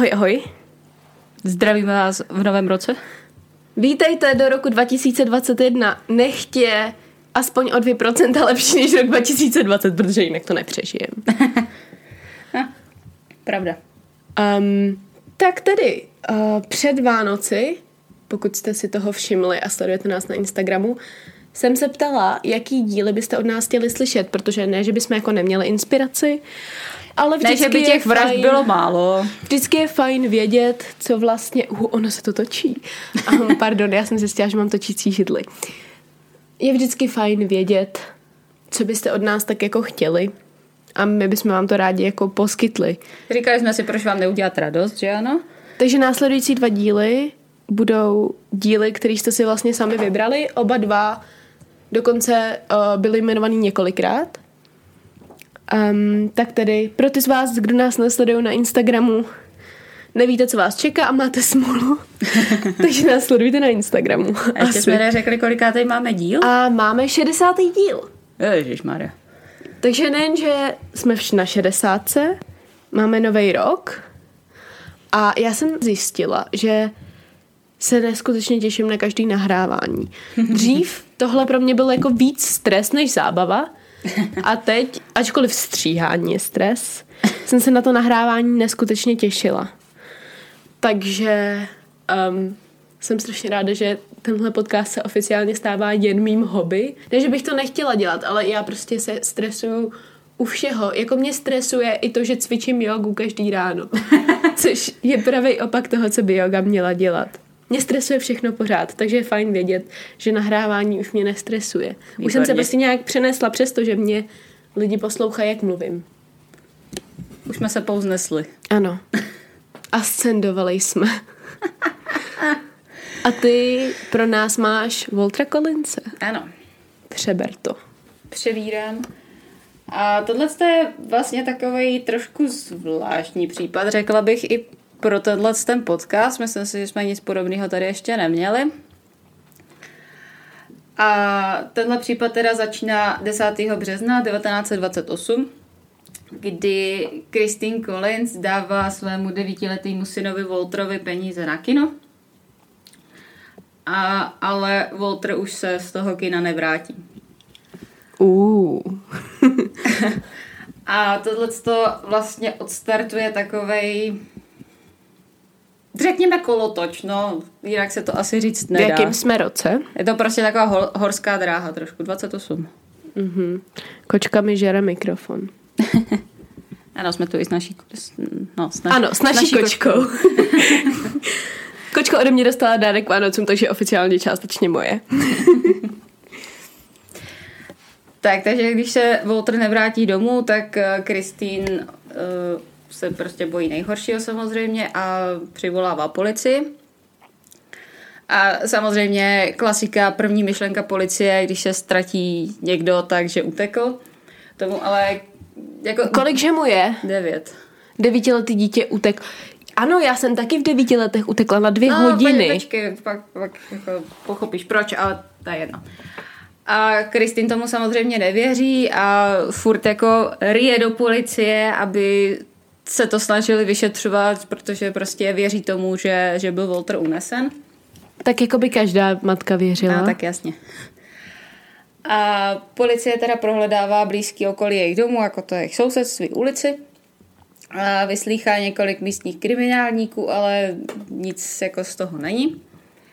Ahoj, ahoj. Zdravíme vás v novém roce. Vítejte do roku 2021. Nechtě aspoň o 2% lepší než rok 2020, protože jinak to nepřežijem. Pravda. Tak tedy, před Vánoci, pokud jste si toho všimli a sledujete nás na Instagramu, jsem se ptala, jaký díly byste od nás chtěli slyšet, protože ne, že bychom jako neměli inspiraci, ale vždycky ne, že by těch vražd bylo málo. Vždycky je fajn vědět, co vlastně... ono se to točí. Pardon, já jsem zjistila, že mám točící židli. Je vždycky fajn vědět, co byste od nás tak jako chtěli a my bychom vám to rádi jako poskytli. Říkali jsme si, proč vám neudělat radost, že ano? Takže následující 2 díly budou díly, které jste si vlastně sami vybrali. Oba 2 dokonce byly jmenovaný několikrát. Tak tedy pro ty z vás, kdo nás nesledují na Instagramu, nevíte, co vás čeká a máte smůlu, takže nás sledujte na Instagramu. A ještě jsme neřekli, kolikátej máme díl? A máme 60. díl. Ježišmarja. Takže nejen, že jsme na 60, máme nový rok a já jsem zjistila, že se neskutečně těším na každý nahrávání. Dřív tohle pro mě byl jako víc stres než zábava a teď, ačkoliv stříhání je stres, jsem se na to nahrávání neskutečně těšila. Takže jsem strašně ráda, že tenhle podcast se oficiálně stává jen mým hobby. Ne, že bych to nechtěla dělat, ale já prostě se stresuju u všeho. Jako mě stresuje i to, že cvičím jogu každý ráno. Což je pravý opak toho, co by joga měla dělat. Mě stresuje všechno pořád, takže je fajn vědět, že nahrávání už mě nestresuje. Výborně. Už jsem se prostě nějak přenesla přes to, že mě lidi poslouchají, jak mluvím. Už jsme se pouznesli. Ano. Ascendovali jsme. A ty pro nás máš Waltera Collinse. Ano. Přeber to. Přebírám. A tohle je vlastně takovej trošku zvláštní případ, řekla bych i pro ten podcast. Myslím si, že jsme nic podobného tady ještě neměli. A tenhle případ teda začíná 10. března 1928, kdy Christine Collins dává svému 9letýmu synovi Walterovi peníze na kino. Ale Walter už se z toho kina nevrátí. A tohleto vlastně odstartuje takovej, řekněme, kolotoč, no, jinak se to asi říct nedá. V jakém jsme roce? Je to prostě taková horská dráha trošku, 28. Kočka mi žere mikrofon. Ano, jsme tu i s naší s naší kočkou. Kočka ode mě dostala dárek Vánocům, takže oficiálně částečně moje. Takže když se Walter nevrátí domů, tak Christine se prostě bojí nejhoršího samozřejmě a přivolává policii. A samozřejmě klasika, první myšlenka policie, když se ztratí někdo, takže utekl. Tomu ale jako... Kolikže mu je? 9. 9letý dítě utekl. Ano, já jsem taky v 9 letech utekla na 2 hodiny. Počkej, pak jako pochopíš proč, ale to je jedno. A Christine tomu samozřejmě nevěří a furt jako ryje do policie, aby se to snažili vyšetřovat, protože prostě věří tomu, že byl Walter unesen. Tak jako by každá matka věřila. No, tak jasně. A policie teda prohledává blízký okolí jejich domu, jako to jejich sousedství, ulici. A vyslýchá několik místních kriminálníků, ale nic jako z toho není.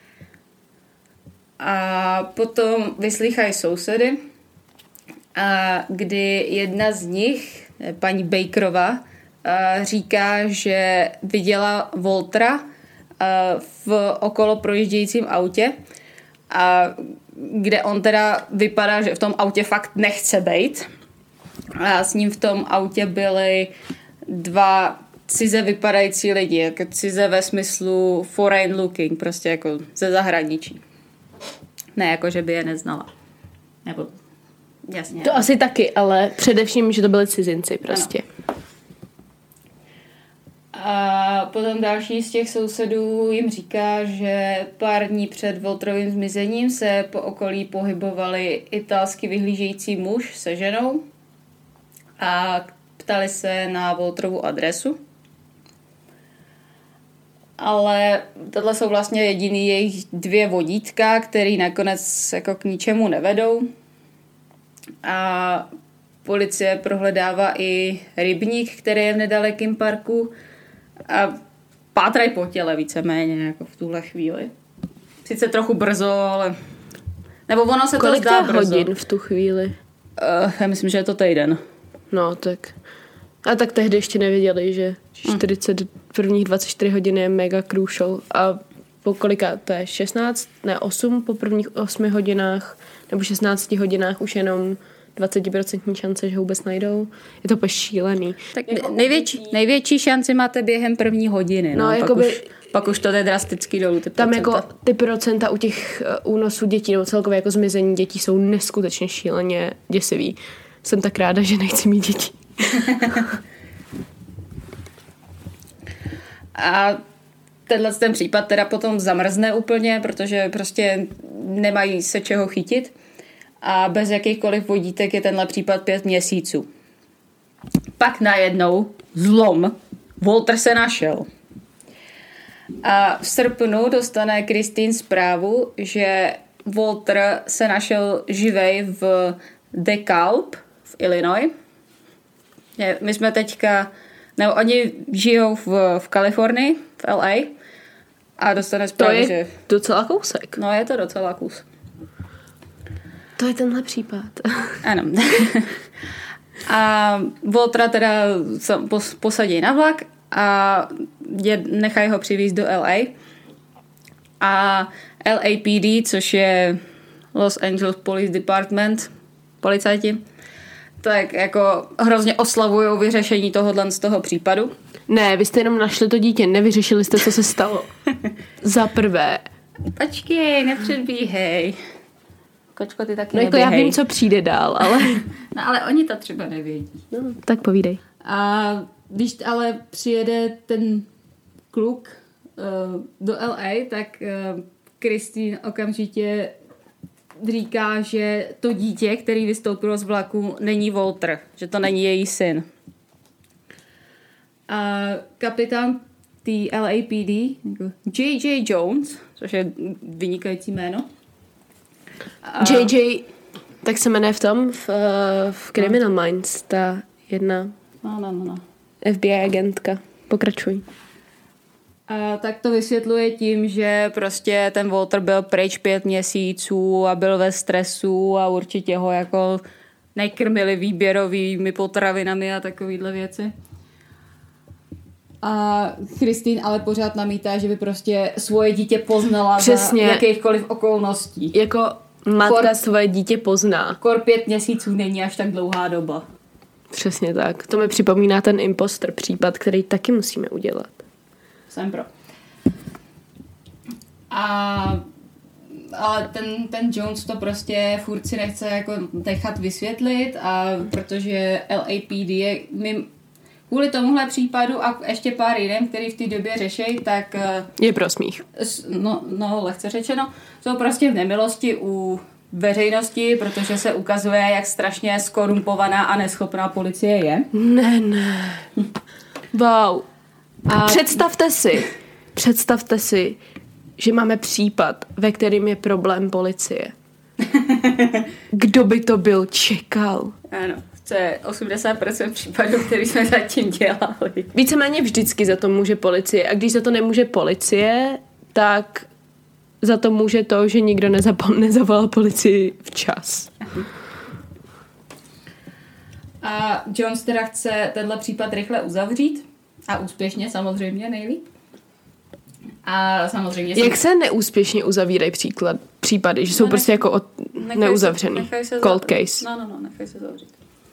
A potom vyslýchají sousedy, a kdy jedna z nich, paní Bakerová, říká, že viděla Waltera v okolo projíždějícím autě, a kde on teda vypadá, že v tom autě fakt nechce bejt. A s ním v tom autě byly 2 cize vypadající lidi, jako cize ve smyslu foreign looking, prostě jako ze zahraničí. Ne, jako že by je neznala. Nebo jasně. To asi taky, ale především, že to byli cizinci prostě. Ano. A potom další z těch sousedů jim říká, že pár dní před Walterovým zmizením se po okolí pohybovali italsky vyhlížející muž se ženou a ptali se na Walterovu adresu. ale tohle jsou vlastně jediný jejich 2 vodítka, které nakonec jako k ničemu nevedou. A policie prohledává i rybník, který je v nedalekém parku a pátrají po těle víceméně jako v tuhle chvíli. Sice trochu brzo, ale... Nebo ono se Kolik to zdá brzo. hodin v tu chvíli? Já myslím, že je to týden. No, tak... A tak tehdy ještě nevěděli, že prvních 24 hodin je mega crucial. A po kolika? To je 16? Ne, 8 po prvních 8 hodinách nebo 16 hodinách už jenom 20% šance, že ho vůbec najdou. Je to úplně šílený. Tak největší šanci máte během první hodiny. No, pak už to jde drasticky dolů. Tam jako ty procenta u těch únosů dětí nebo celkově jako zmizení dětí jsou neskutečně šíleně děsivý. Jsem tak ráda, že nechci mít děti. A ten případ teda potom zamrzne úplně, protože prostě nemají se čeho chytit. A bez jakýchkoliv vodítek je tenhle případ 5 měsíců. Pak najednou zlom. Walter se našel. A v srpnu dostane Christine zprávu, že Walter se našel živej v DeKalb v Illinois. My jsme teďka... Nebo oni žijou v Kalifornii, v LA. A dostane zprávu, že... To je docela kousek. No, je to docela kus. To je tenhle případ. Ano. A Waltera teda posadí na vlak a nechají ho přivést do LA. A LAPD, což je Los Angeles Police Department, policajti, tak jako hrozně oslavují vyřešení tohohle z toho případu. Ne, vy jste jenom našli to dítě, nevyřešili jste, co se stalo. Za prvé. Počkej, nepředbíhej. Kočko, ty taky no jako já vím, co přijde dál, ale... No ale oni to třeba nevědí. No, tak povídej. A když ale přijede ten kluk do LA, tak Christine okamžitě říká, že to dítě, který vystoupilo z vlaku, není Walter, že to není její syn. A kapitán té LAPD, J.J. Jones, což je vynikající jméno. J.J. tak se jmenuje v Criminal Minds, ta jedna FBI agentka. Pokračuj. A tak to vysvětluje tím, že prostě ten Walter byl pryč 5 měsíců a byl ve stresu a určitě ho jako nekrmili výběrovými potravinami a takovýhle věci. A Christine ale pořád namítá, že by prostě svoje dítě poznala přesně. Za jakýchkoliv okolností. Jako matka svoje dítě pozná. 5 měsíců není až tak dlouhá doba. Přesně tak. To mi připomíná ten imposter případ, který taky musíme udělat. Jsem pro. Ale ten Jones to prostě furt si nechce jako nechat vysvětlit, a protože LAPD je kvůli tomuhle případu a ještě pár jiným, který v té době řeší, tak... Je pro smích. No, lehce řečeno. Jsou prostě v nemilosti u veřejnosti, protože se ukazuje, jak strašně skorumpovaná a neschopná policie je. Ne. Wow. A představte si, že máme případ, ve kterým je problém policie. Kdo by to byl čekal? Ano, to je 80% případů, který jsme zatím dělali. Víceméně vždycky za to může policie. A když za to nemůže policie, tak za to může to, že nikdo nezavolal policii včas. A Jones teda chce tenhle případ rychle uzavřít. A úspěšně samozřejmě nejlíp. A samozřejmě... Jak se neúspěšně uzavírají případy, že jsou prostě jako neuzavřený. Cold case. No, nechaj se zavřít.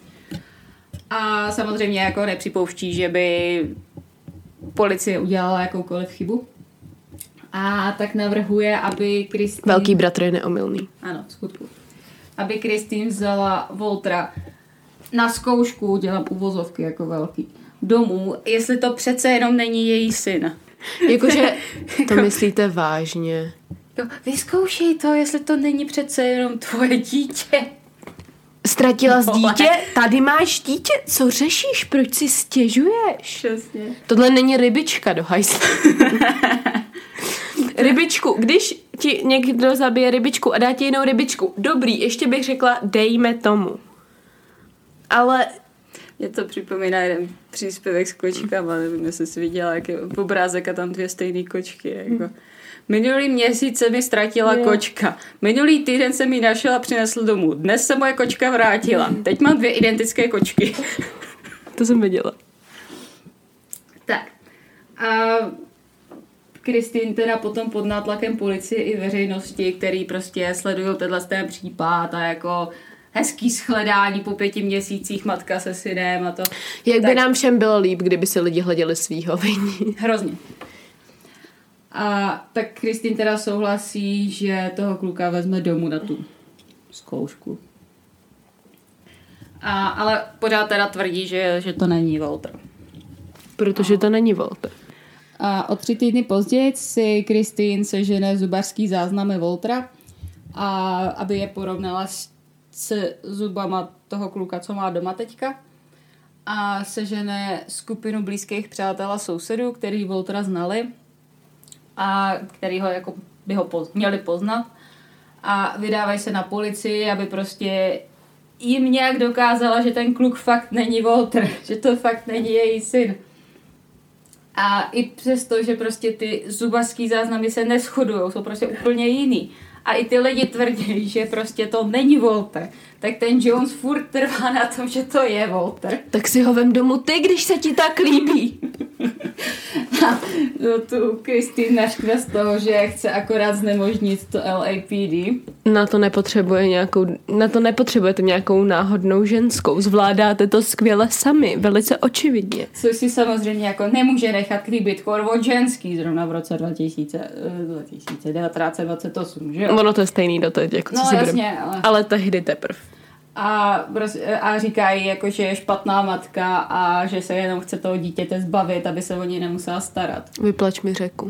A samozřejmě jako nepřipouští, že by policie udělala jakoukoliv chybu. A tak navrhuje, aby Christine... Velký bratr je neomylný. Ano, v skutku. Aby Christine vzala Waltera na zkoušku, dělám uvozovky jako velký, domů, jestli to přece jenom není její syn. Jakože to myslíte vážně. Vyzkoušej to, jestli to není přece jenom tvoje dítě. Ztratila jsi dítě? Tady máš dítě? Co řešíš? Proč si stěžuješ? Přesně. Tohle není rybička do hajzla. Rybičku, když ti někdo zabije rybičku a dá ti jinou rybičku, dobrý, ještě bych řekla, dejme tomu. Ale... Mě to připomíná jeden příspěvek s kočkama, nevím, jestli jsi viděla, jak je obrázek a tam 2 stejné kočky. Jako. Minulý měsíc se mi ztratila kočka. Minulý týden jsem ji našel a přinesl domů. Dnes se moje kočka vrátila. Teď mám 2 identické kočky. To jsem viděla. Tak. A Kristýn teda potom pod nátlakem policie i veřejnosti, který prostě sledují ten případ a jako hezký shledání po 5 měsících matka se synem a to. Jak by nám všem bylo líp, kdyby si lidi hleděli svýho viní. Hrozně. A tak Kristýn teda souhlasí, že toho kluka vezme domů na tu zkoušku. Ale pořád teda tvrdí, že to není Walter. Protože to není Walter. A o 3 týdny později si Kristýn sežene zubařský záznamy Waltera, a aby je porovnala s zubama toho kluka, co má doma teďka. A sežene skupinu blízkých přátel a sousedů, který Waltera znali a který ho jako by ho měli poznat. A vydávají se na policii, aby prostě jim nějak dokázala, že ten kluk fakt není Walter, že to fakt není její syn. A i přesto, že prostě ty zubařský záznamy se neshodujou, jsou prostě úplně jiný. A i ty lidi tvrdí, že prostě to není Walter. Tak ten Jones furt trvá na tom, že to je Walter. Tak si ho vem domů ty, když se ti tak líbí. A tu Kristýn nařkne z toho, že chce akorát znemožnit to LAPD. Na to nepotřebujete nějakou náhodnou ženskou. Zvládáte to skvěle sami, velice očividně. Což si samozřejmě jako nemůže nechat líbit od ženský zrovna v roce 1928, že jo? Ono to je stejný doteď, jako co si jasně, ale tehdy teprv. A říká jí, jako, že je špatná matka a že se jenom chce toho dítěte zbavit, aby se o něj nemusela starat. Vyplač mi řeku.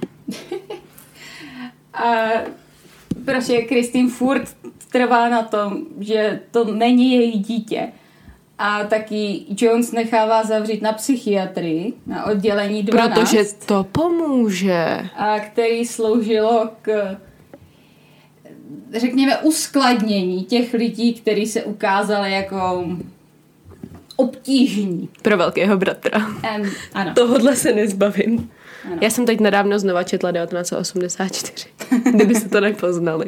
A prostě Kristýn furt trvá na tom, že to není její dítě. A taky Jones nechává zavřít na psychiatrii, na oddělení 12. Protože to pomůže. A který sloužilo k, řekněme, uskladnění těch lidí, kteří se ukázali jako obtížní. Pro velkého bratra. Ano. Tohodle se nezbavím. Ano. Já jsem teď nedávno znova četla 1984. Kdybyste to nepoznali.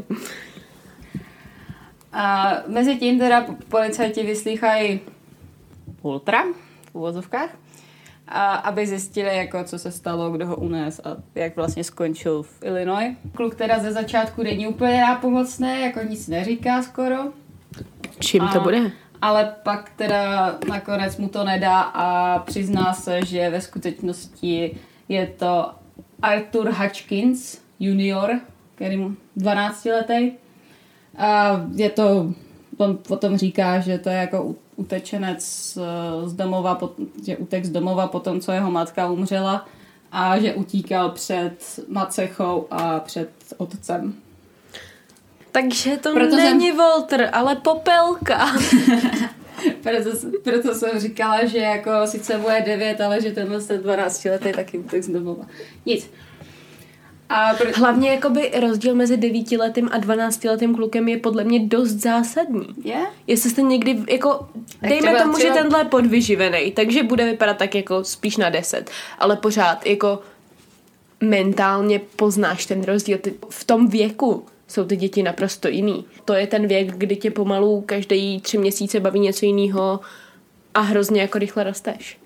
A mezi tím teda policajti vyslýchají Waltera v uvozovkách, aby zjistili, jako, co se stalo, kdo ho unes a jak vlastně skončil v Illinois. Kluk teda ze začátku není úplně nápomocný, jako nic neříká skoro. Čím to bude? Ale pak teda nakonec mu to nedá a přizná se, že ve skutečnosti je to Arthur Hutchins junior, který mu 12letý. A je to, on potom říká, že to je jako utečenec z domova, že utek z domova po tom, co jeho matka umřela a že utíkal před macechou a před otcem. Takže to není Walter, ale Popelka. Proto jsem říkala, že jako sice mu je 9, ale že tenhle 12letý taky utek z domova. Nic. Hlavně jakoby rozdíl mezi 9letým a 12letým klukem je podle mě dost zásadní. Yeah? Jestli jste někdy, jako, dejme tomu, že tenhle je podvyživený, takže bude vypadat tak jako spíš na 10, ale pořád jako mentálně poznáš ten rozdíl. V tom věku jsou ty děti naprosto jiný. To je ten věk, kdy tě pomalu každý 3 měsíce baví něco jiného a hrozně jako rychle rosteš.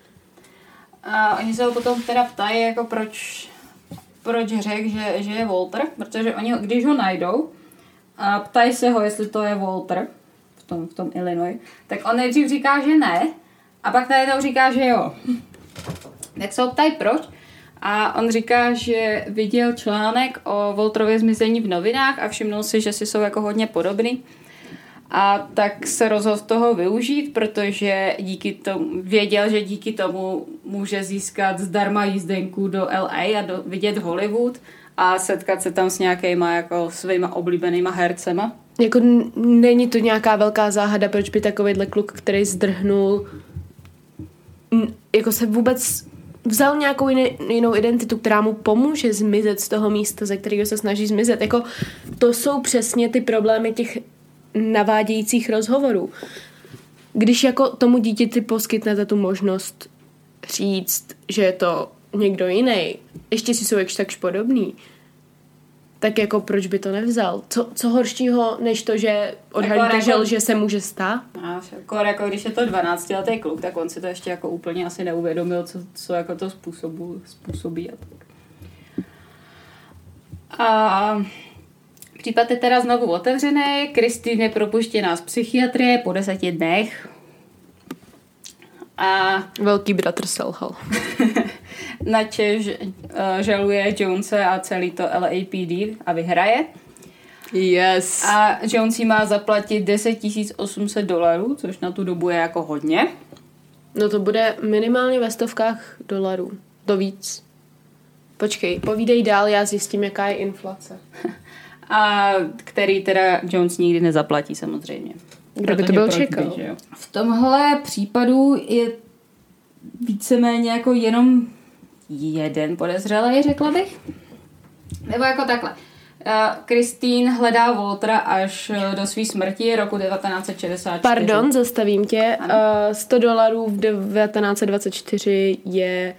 A oni se ho potom teda ptají, jako proč řekl, že je Walter, protože oni, když ho najdou a ptají se ho, jestli to je Walter v tom Illinois, tak on nejdřív říká, že ne a pak najednou říká, že jo. Tak se ho ptají proč a on říká, že viděl článek o Walterově zmizení v novinách a všimnul si, že si jsou jako hodně podobný. A tak se rozhodl toho využít, protože věděl, že díky tomu může získat zdarma jízdenku do LA a vidět Hollywood a setkat se tam s nějakýma jako svýma oblíbenýma hercema. jako není to nějaká velká záhada, proč by takovýhle kluk, který zdrhnul, jako se vůbec vzal nějakou jinou identitu, která mu pomůže zmizet z toho místa, ze kterého se snaží zmizet. Jako to jsou přesně ty problémy těch navádějících rozhovorů. Když jako tomu dítěti poskytnete tu možnost říct, že je to někdo jiný, ještě si jsou jakž takž podobný, tak jako proč by to nevzal? Co horšího, než to, že odhalíte, že se může stát? Jako když je to 12letý kluk, tak on si to ještě jako úplně asi neuvědomil, co jako to způsobí. A případ je teda znovu otevřený. Kristýn je propuštěná z psychiatrie po 10 dnech. A velký bratr selhal. Načež žaluje Jonese a celý to LAPD a vyhraje. Yes. A Jones jí má zaplatit $10,800, což na tu dobu je jako hodně. No to bude minimálně ve stovkách dolarů. To víc. Počkej, povídej dál, já zjistím, jaká je inflace. A který teda Jones nikdy nezaplatí samozřejmě. Kdo by to byl čekal? V tomhle případu je víceméně jako jenom jeden podezřelý, řekla bych. Nebo jako takhle. Kristýn hledá Waltera až do své smrti roku 1964. Pardon, zastavím tě. $100 v 1924 je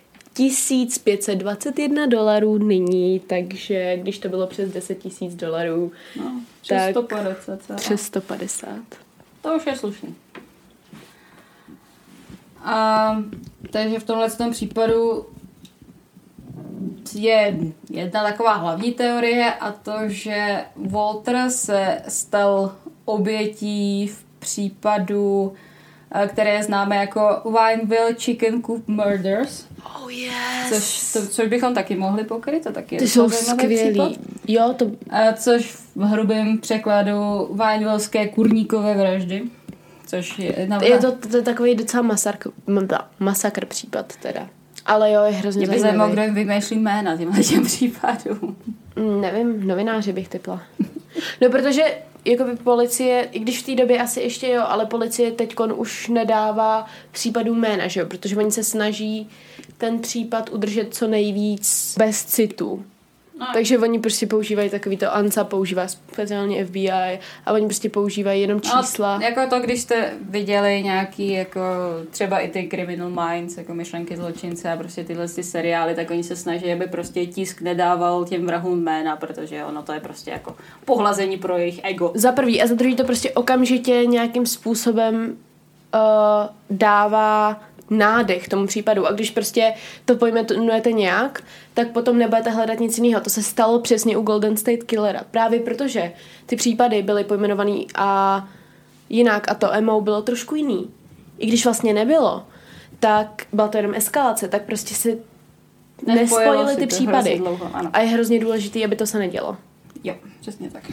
$1,521 nyní, takže když to bylo přes $10,000, no, tak 150. Přes 150. To už je slušný. Takže v tomhle případu je jedna taková hlavní teorie a to, že Walter se stal obětí v případu, které známe jako Wineville Chicken Coop Murders. Oh yes. Což bychom taky mohli pokryt, to taky je ty jsou skvělý. Jo, to... Což v hrubém překladu Winevilleské kurníkové vraždy. Což je to je takový docela masakr případ teda. Ale jo, je hrozně zajímavý. Mě by zajímalo, kdo jim vymýšlí jména těm případům. Nevím, novináři bych typla. No, protože jakoby policie, i když v té době asi ještě jo, ale policie teďkon už nedává případům jména, že jo? Protože oni se snaží ten případ udržet co nejvíc bez citu. No. Takže oni prostě používají takový to ANSA, používá speciálně FBI a oni prostě používají jenom čísla. No, jako to, když jste viděli nějaký, jako třeba i ty Criminal Minds, jako Myšlenky zločince a prostě tyhle ty seriály, tak oni se snaží, aby prostě tisk nedával těm vrahům jména, protože ono to je prostě jako pohlazení pro jejich ego. Za prvý a za druhý to prostě okamžitě nějakým způsobem dává nádech tomu případu a když prostě to pojmenujete nějak, tak potom nebudete hledat nic jiného. To se stalo přesně u Golden State Killera. Právě protože ty případy byly pojmenovaný a jinak a to MO bylo trošku jiný. I když vlastně nebylo, tak byla to jenom eskalace, tak prostě si nespojily ty případy. Dlouho, a je hrozně důležité, aby to se nedělo. Jo, přesně tak.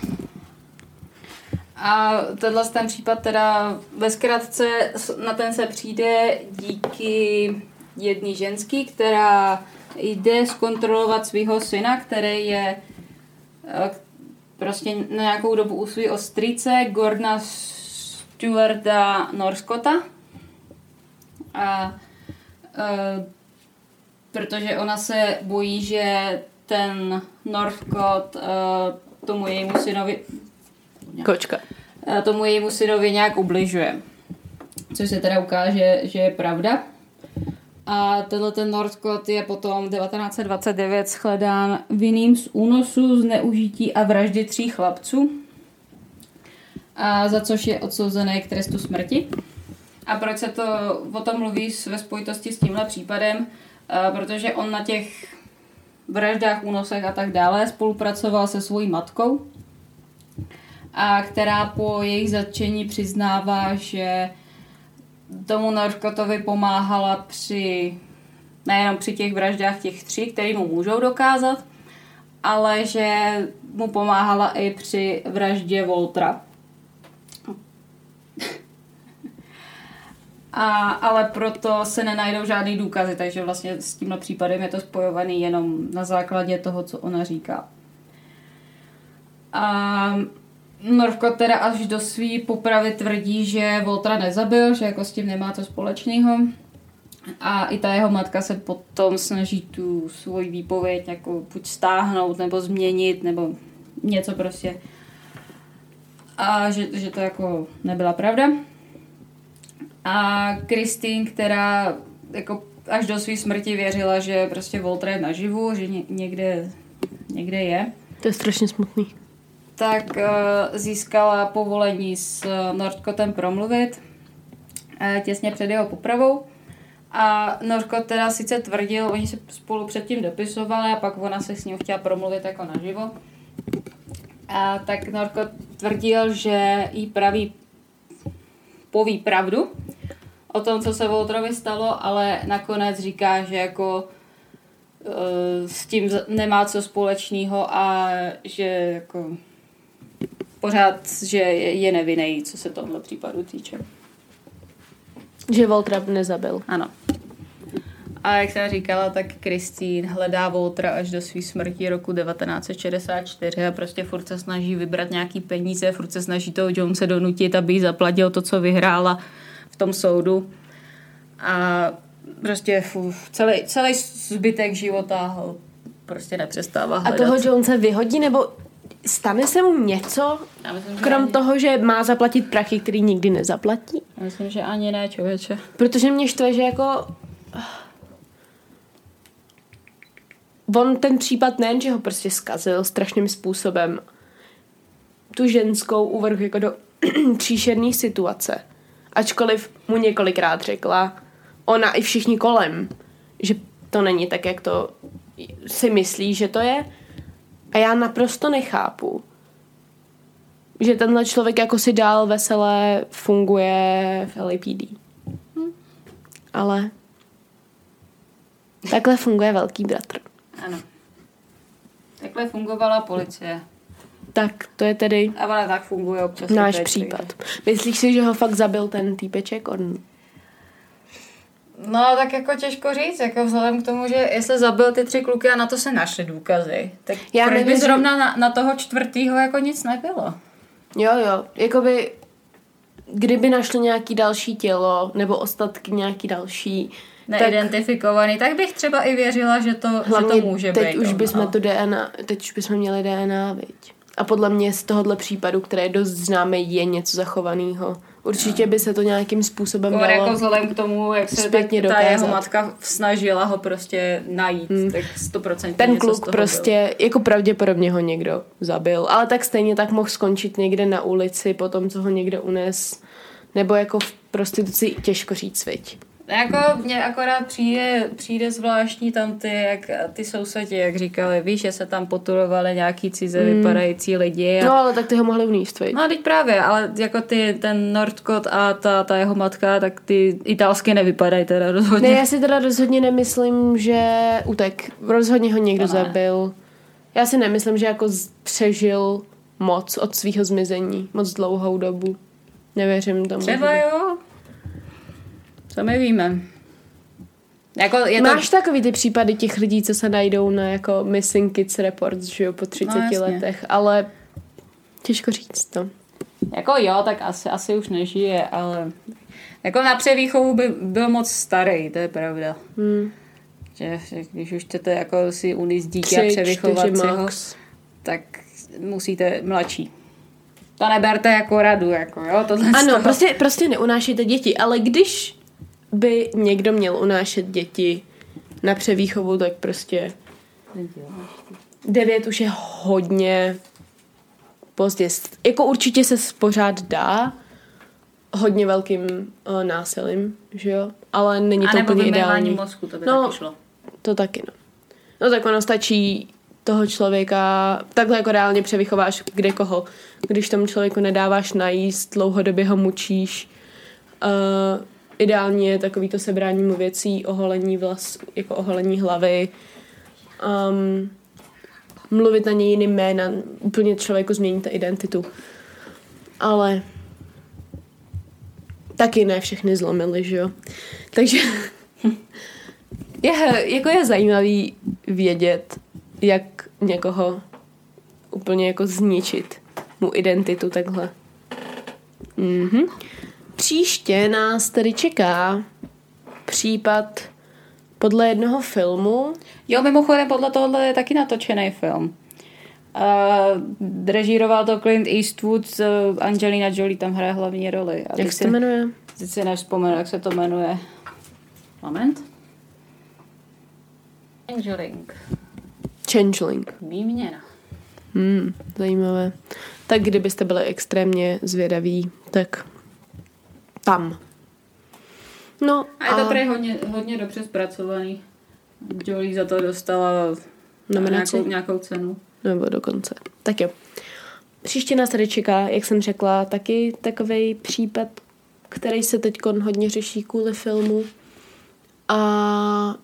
A tenhle ten případ teda ve zkratce na ten se přijde díky jedné ženský, která jde zkontrolovat svého syna, který je prostě na nějakou dobu u svého strýce Gordona Stewarta Northcotta. A protože ona se bojí, že ten Northcott tomu jejímu synovi tomu jejímu synovi nějak ubližuje. Což se teda ukáže, že je pravda. A tenhle ten Northcott je potom 1929 shledán vinným z únosu, zneužití a vraždy 3 chlapců. A za což je odsouzený k trestu smrti. A proč se to o tom mluví ve spojitosti s tímhle případem? Protože on na těch vraždách, únosech a tak dále spolupracoval se svojí matkou, a která po jejich zatčení přiznává, že tomu Northcottovi pomáhala nejenom při těch vraždách těch 3, který mu můžou dokázat, ale že mu pomáhala i při vraždě Waltera. Ale proto se nenajdou žádný důkazy, takže vlastně s tímhle případem je to spojovaný jenom na základě toho, co ona říká. A Northcott teda až do svý popravy tvrdí, že Waltera nezabil, že jako s tím nemá co společného. A i ta jeho matka se potom snaží tu svoji výpověď jako buď stáhnout, nebo změnit, nebo něco prostě. A že to jako nebyla pravda. A Christine, která jako až do své smrti věřila, že prostě Walter je naživu, že někde je. To je strašně smutný. Tak získala povolení s Northcottem promluvit těsně před jeho popravou. A Northcott teda sice tvrdil, oni se spolu předtím dopisovali a pak ona se s ním chtěla promluvit jako naživo. A tak Northcott tvrdil, že jí poví pravdu o tom, co se Walterovi stalo, ale nakonec říká, že jako s tím nemá co společného a že jako pořád, že je nevinný, co se tohle případu týče. Že Waltera nezabil. Ano. A jak jsem říkala, tak Christine hledá Waltera až do své smrti roku 1964 a prostě furt se snaží vybrat nějaký peníze, furt se snaží toho Jonese donutit, aby jí zaplatil to, co vyhrála v tom soudu. A prostě celý zbytek života ho prostě nepřestává hledat. A toho Jonese vyhodí, nebo stane se mu něco, krom toho, že má zaplatit prachy, který nikdy nezaplatí? Já myslím, že ani ne, člověče. Protože mě štve, že jako on ten případ nejen, že ho prostě zkazil strašným způsobem, tu ženskou uvrhl jako do příšerný situace. Ačkoliv mu několikrát řekla, ona i všichni kolem, že to není tak, jak to si myslí, že to je. A já naprosto nechápu, že tenhle člověk jako si dál veselé funguje v LAPD. Ale takhle funguje velký bratr. Ano. Takhle fungovala policie. Tak to je tedy a ona tak funguje občas náš případ. Myslíš si, že ho fakt zabil ten týpeček? No, tak jako těžko říct, jako vzhledem k tomu, že jestli zabil ty 3 kluky a na to se našly důkazy, tak já proč by zrovna na toho 4. jako nic nebylo? Jo, jakoby kdyby našli nějaký další tělo nebo ostatky nějaký další neidentifikovaný, tak bych třeba i věřila, že to může teď být. Teď už bychom měli DNA, viď? A podle mě z tohohle případu, které je dost známé, je něco zachovaného. Určitě by se to nějakým způsobem dalo jako vzhledem k tomu, jak se ta jeho matka snažila ho prostě najít, tak 100% ten kluk prostě, jako pravděpodobně ho někdo zabil, ale tak stejně tak mohl skončit někde na ulici po tom, co ho někdo unes, nebo jako v prostituci, těžko říct, viď? Jako mně akorát přijde zvláštní tam ty sousedi, jak říkali, víš, že se tam potulovali nějaký cize vypadající lidi. No, ale tak ty ho mohli vníst, viď? No, teď právě, ale jako ten Northcott a ta jeho matka, tak ty italsky nevypadají teda rozhodně. Ne, já si teda rozhodně nemyslím, že utek. Rozhodně ho někdo zabil. Já si nemyslím, že jako přežil moc od svého zmizení. Moc dlouhou dobu. Nevěřím tomu. Třeba jo. Co my víme. Jako máš takový ty případy těch lidí, co se najdou na jako Missing Kids Reports, že jo, po 30 letech, ale těžko říct to. Jako jo, tak asi už nežije, ale jako na převýchovu by byl moc starý, to je pravda. Že když už chcete jako si unést dítě a převychovat si ho, tak musíte mladší. To neberte jako radu, jako jo. Ano, prostě neunášejte děti, ale když by někdo měl unášet děti na převýchovu, tak prostě 9 už je hodně pozdě. Jako určitě se pořád dá hodně velkým násilím, že jo? Ale není to úplně ideální. Mozku, to by taky šlo. To taky, no. No tak ono stačí toho člověka, takhle jako reálně převychováš kde koho. Když tomu člověku nedáváš najíst, dlouhodobě ho mučíš, ideálně je takový to sebrání mu věcí, oholení jako oholení hlavy, mluvit na něj jiným jménem, úplně člověku změníte identitu. Ale taky ne všechny zlomily, že jo? Takže je zajímavý vědět, jak někoho úplně jako zničit mu identitu takhle. Příště nás tedy čeká případ podle jednoho filmu. Jo, mimochodem podle tohohle je taky natočený film. Režíroval to Clint Eastwood, Angelina Jolie tam hraje hlavní roli. A Jak se to jmenuje? Teď si nevzpomenu, jak se to jmenuje. Moment. Changeling. Výměna. Zajímavé. Tak kdybyste byli extrémně zvědaví, tak tam. No A je to prý hodně dobře zpracovaný. Jolie za to dostala nějakou cenu. Nebo dokonce. Tak jo. Příště nás tady čeká, jak jsem řekla, taky takovej případ, který se teď hodně řeší kvůli filmu. A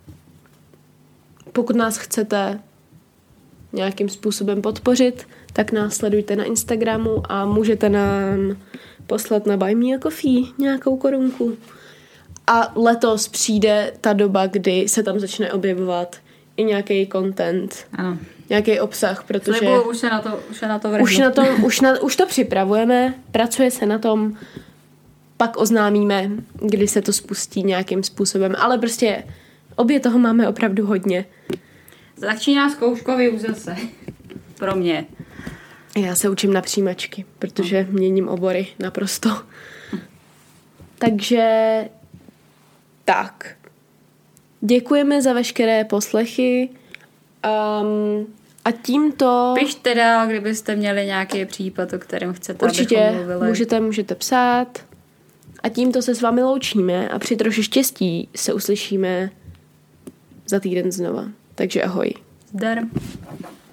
pokud nás chcete nějakým způsobem podpořit, tak nás sledujte na Instagramu a můžete nám poslat na Buy Me a Coffee nějakou korunku. A letos přijde ta doba, kdy se tam začne objevovat i nějaký content, ano. Nějaký obsah, protože už se na to vrhnu. Už to připravujeme, pracuje se na tom, pak oznámíme, kdy se to spustí nějakým způsobem, ale prostě obě toho máme opravdu hodně. Začíná zkouškový už zase. Pro mě. Já se učím na přijímačky, protože měním obory naprosto. Takže tak. Děkujeme za veškeré poslechy. A tímto... Pište dál, kdybyste měli nějaký případ, o kterém chcete, určitě abychom mluvili. můžete psát. A tímto se s vámi loučíme a při troši štěstí se uslyšíme za týden znova. Takže ahoj. Zdar.